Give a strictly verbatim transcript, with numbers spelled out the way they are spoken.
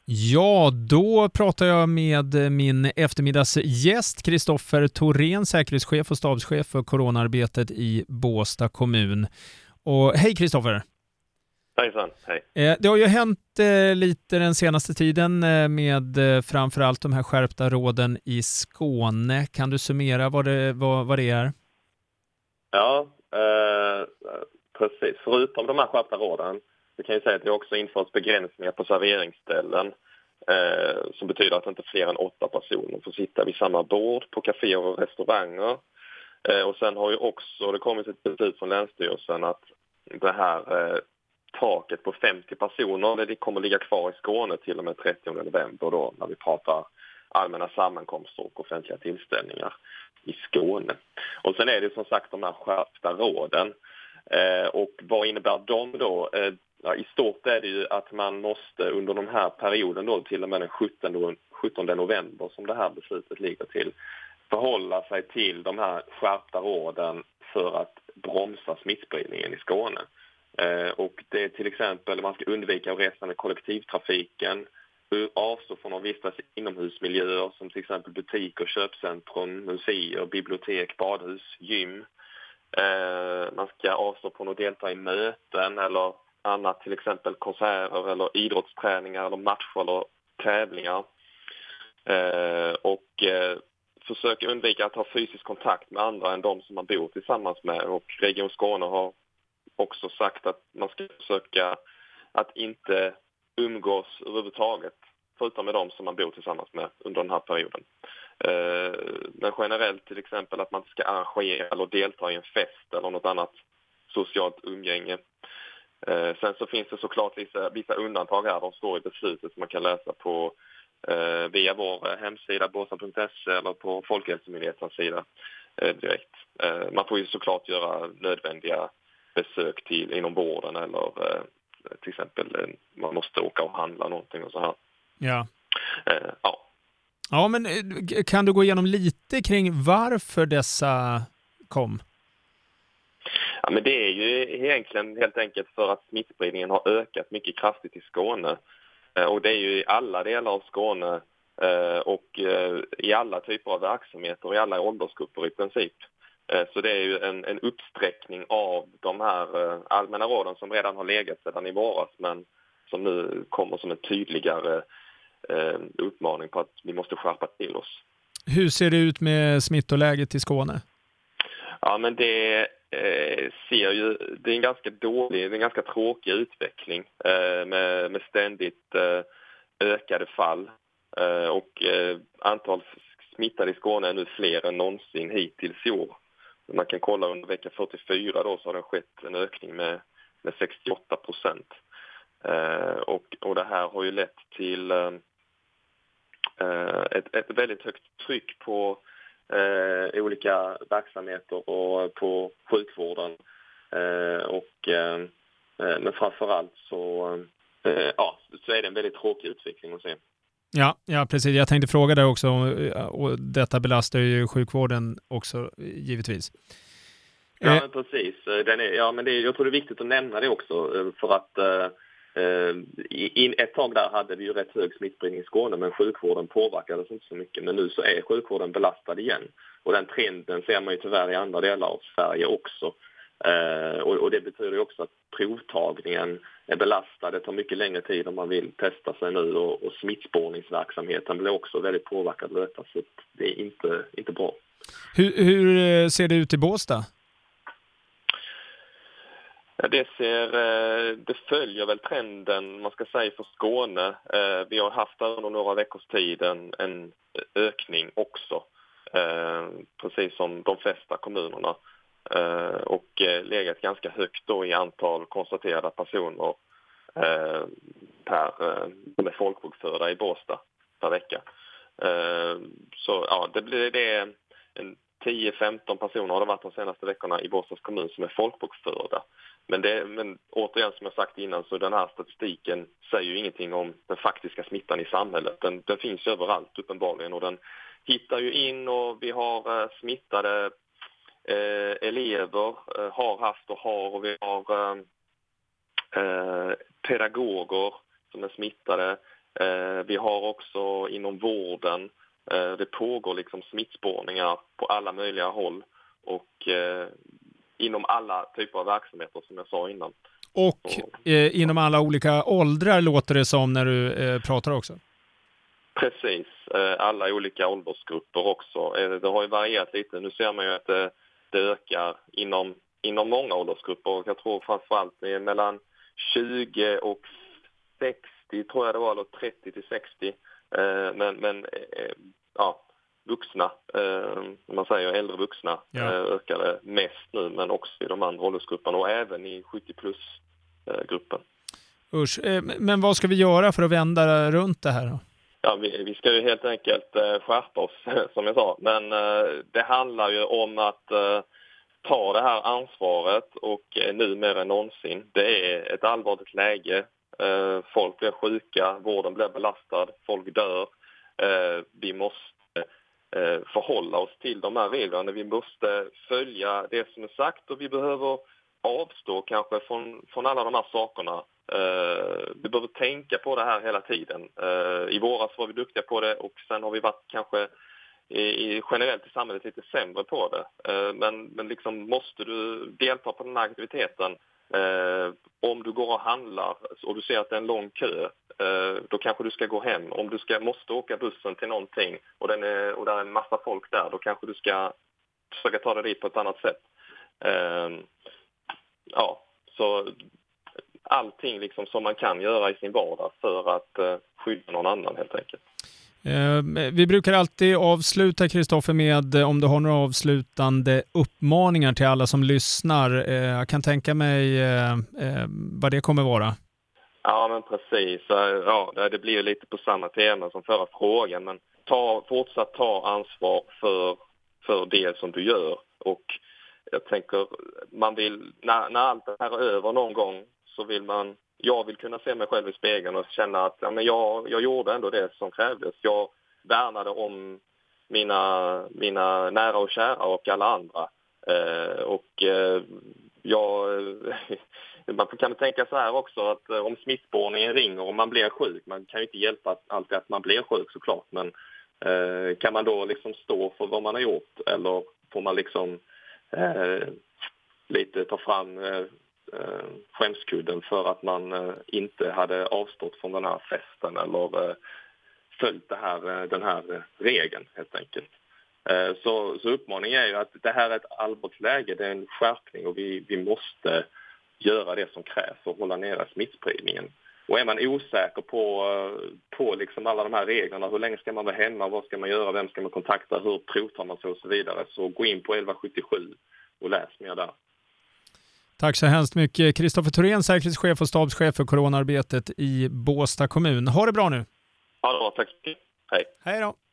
Ja, då pratar jag med min eftermiddagsgäst Kristoffer Thorén, säkerhetschef och stabschef för coronaarbetet i Båstad kommun. Och hej Kristoffer! Hejsan, hej. Det har ju hänt eh, lite den senaste tiden eh, med eh, framförallt de här skärpta råden i Skåne. Kan du summera vad det, vad, vad det är? Ja, eh, precis. Förutom de här skärpta råden så kan jag säga att det också införs begränsningar på serveringsställen eh, som betyder att inte fler än åtta personer får sitta vid samma bord på kaféer och restauranger. Eh, och sen har ju också det kommit ett beslut från Länsstyrelsen att det här eh, taket på femtio personer, det kommer ligga kvar i Skåne till och med trettionde november då, när vi pratar allmänna sammankomster och offentliga tillställningar i Skåne. Och sen är det som sagt de här skärpta råden. Eh, och vad innebär de då? Eh, ja, i stort är det ju att man måste under den här perioden då, till och med den sjuttonde november som det här beslutet ligger till, förhålla sig till de här skärpta råden för att bromsa smittspridningen i Skåne. Eh, och det är till exempel man ska undvika att resa med kollektivtrafiken, avstå från att vistas i inomhusmiljöer som till exempel butiker, köpcentrum, museer, bibliotek, badhus, gym. Eh, man ska avstå från att delta i möten eller annat, till exempel konserter eller idrottsträningar eller matcher eller tävlingar. Eh, och eh, försöka undvika att ha fysisk kontakt med andra än de som man bor tillsammans med. Och Region Skåne har också sagt att man ska försöka att inte umgås överhuvudtaget förutom med dem som man bor tillsammans med under den här perioden. Eh, men generellt till exempel att man ska arrangera eller delta i en fest eller något annat socialt umgänge. Eh, sen så finns det såklart vissa, vissa undantag här. De står i beslutet som man kan läsa på eh, via vår hemsida båstad punkt se eller på Folkhälsomyndighetens sida eh, direkt. Eh, man får ju såklart göra nödvändiga besök till inom vården eller eh, till exempel man måste åka och handla någonting och så här. Ja. Eh, ja. Ja, men kan du gå igenom lite kring varför dessa kom? Ja, men det är ju egentligen helt enkelt för att smittspridningen har ökat mycket kraftigt i Skåne. Eh, och det är ju i alla delar av Skåne eh, och eh, i alla typer av verksamheter och i alla åldersgrupper i princip. Så det är ju en, en uppsträckning av de här eh, allmänna råden som redan har legat sedan i våras men som nu kommer som en tydligare eh, uppmaning på att vi måste skärpa till oss. Hur ser det ut med smittoläget i Skåne? Ja, men det eh, ser ju, det är en ganska dålig, det är en ganska tråkig utveckling eh, med, med ständigt eh, ökade fall eh, och eh, antal smittade i Skåne är nu fler än någonsin hittills i år. Man kan kolla under vecka fyrtiofyra då så har det skett en ökning med, med sextioåtta procent. Eh, och, och det här har ju lett till eh, ett, ett väldigt högt tryck på eh, olika verksamheter och på sjukvården. Eh, och, eh, men framförallt så, eh, ja, så är det en väldigt tråkig utveckling att se. Ja, ja, precis. Jag tänkte fråga dig också, och detta belastar ju sjukvården också, givetvis. Ja, men precis. Den är, ja, men det, jag tror det är viktigt att nämna det också, för att eh, in, ett tag där hade vi ju rätt hög smittspridning i Skåne, men sjukvården påverkades inte så mycket. Men nu så är sjukvården belastad igen. Och den trenden ser man ju tyvärr i andra delar av Sverige också. Eh, och, och det betyder ju också att provtagningen är belastad. Det tar mycket längre tid om man vill testa sig nu och, och smittspårningsverksamheten blir också väldigt påverkad av detta, så det är inte, inte bra. Hur, hur ser det ut i Båstad? Ja, det, ser, det följer väl trenden, man ska säga, för Skåne. Vi har haft under några veckors tid en, en ökning också, precis som de flesta kommunerna. Uh, och uh, legat ganska högt då i antal konstaterade personer uh, per uh, med folkbokförda i Båstad per vecka. Uh, så ja, det blir det en tio femton personer har det varit de senaste veckorna i Båstads kommun som är folkbokförda. Men, det, men återigen som jag sagt innan, så den här statistiken säger ju ingenting om den faktiska smittan i samhället. Den, den finns överallt uppenbarligen och den hittar ju in, och vi har uh, smittade Eh, elever eh, har haft och har, och vi har eh, pedagoger som är smittade. Eh, vi har också inom vården, eh, det pågår liksom smittspårningar på alla möjliga håll och eh, inom alla typer av verksamheter som jag sa innan. Och eh, inom alla olika åldrar låter det som när du eh, pratar också. Precis, eh, alla olika åldersgrupper också. Eh, det har ju varierat lite. Nu ser man ju att det, det ökar inom, inom många åldersgrupper. Och jag tror framförallt det är mellan tjugo och sextio, tror jag det var, eller trettio till sextio. Eh, men men eh, ja, vuxna, eh, man säger äldre vuxna, ja. eh, ökar det mest nu, men också i de andra åldersgrupperna och även i sjuttio plus-gruppen. Usch. Eh, men vad ska vi göra för att vända runt det här då? Ja, vi, vi ska ju helt enkelt eh, skärpa oss, som jag sa. Men eh, det handlar ju om att eh, ta det här ansvaret och eh, nu mer än någonsin. Det är ett allvarligt läge. Eh, folk blir sjuka, vården blir belastad, folk dör. Eh, vi måste eh, förhålla oss till de här reglerna. Vi måste följa det som är sagt och vi behöver avstå kanske från, från alla de här sakerna. Uh, vi behöver tänka på det här hela tiden. Uh, I våras var vi duktiga på det och sen har vi varit kanske i, i, generellt i samhället lite sämre på det. Uh, men men liksom måste du delta på den här aktiviteten, uh, om du går och handlar och du ser att det är en lång kö, uh, då kanske du ska gå hem. Om du ska, måste åka bussen till någonting och, den är, och där är en massa folk där, då kanske du ska försöka ta dig dit på ett annat sätt. Uh, ja, så allting liksom som man kan göra i sin vardag för att eh, skydda någon annan helt enkelt. Eh, vi brukar alltid avsluta, Kristoffer, med eh, om du har några avslutande uppmaningar till alla som lyssnar. Eh, jag kan tänka mig eh, eh, vad det kommer vara. Ja, men precis. Ja, det blir lite på samma tema som förra frågan, men ta, fortsatt ta ansvar för, för det som du gör. Och jag tänker, man vill, när, när allt det här är över någon gång, så vill man, jag vill kunna se mig själv i spegeln och känna att ja, men jag, jag gjorde ändå det som krävdes. Jag värnade om mina, mina nära och kära och alla andra. Eh, och eh, jag, man kan tänka så här också att om smittspårningen ringer och man blir sjuk, man kan ju inte hjälpa alltid att man blir sjuk såklart, men eh, kan man då liksom stå för vad man har gjort, eller får man liksom eh, lite ta fram eh, skämskudden för att man eh, inte hade avstått från den här festen eller eh, följt det här, den här regeln helt enkelt. Eh, så, så uppmaningen är ju att det här är ett allvarligt läge, det är en skärpning och vi, vi måste göra det som krävs för att hålla nere smittspridningen. Och är man osäker på, på liksom alla de här reglerna, hur länge ska man vara hemma, vad ska man göra, vem ska man kontakta, hur provtar man sig och så vidare, så gå in på elva sjuttiosju och läs mer där. Tack så hemskt mycket. Kristoffer Thorén, säkerhetschef och stabschef för coronaarbetet i Båstad kommun. Ha det bra nu. Ja, tack. Hej. Hej då.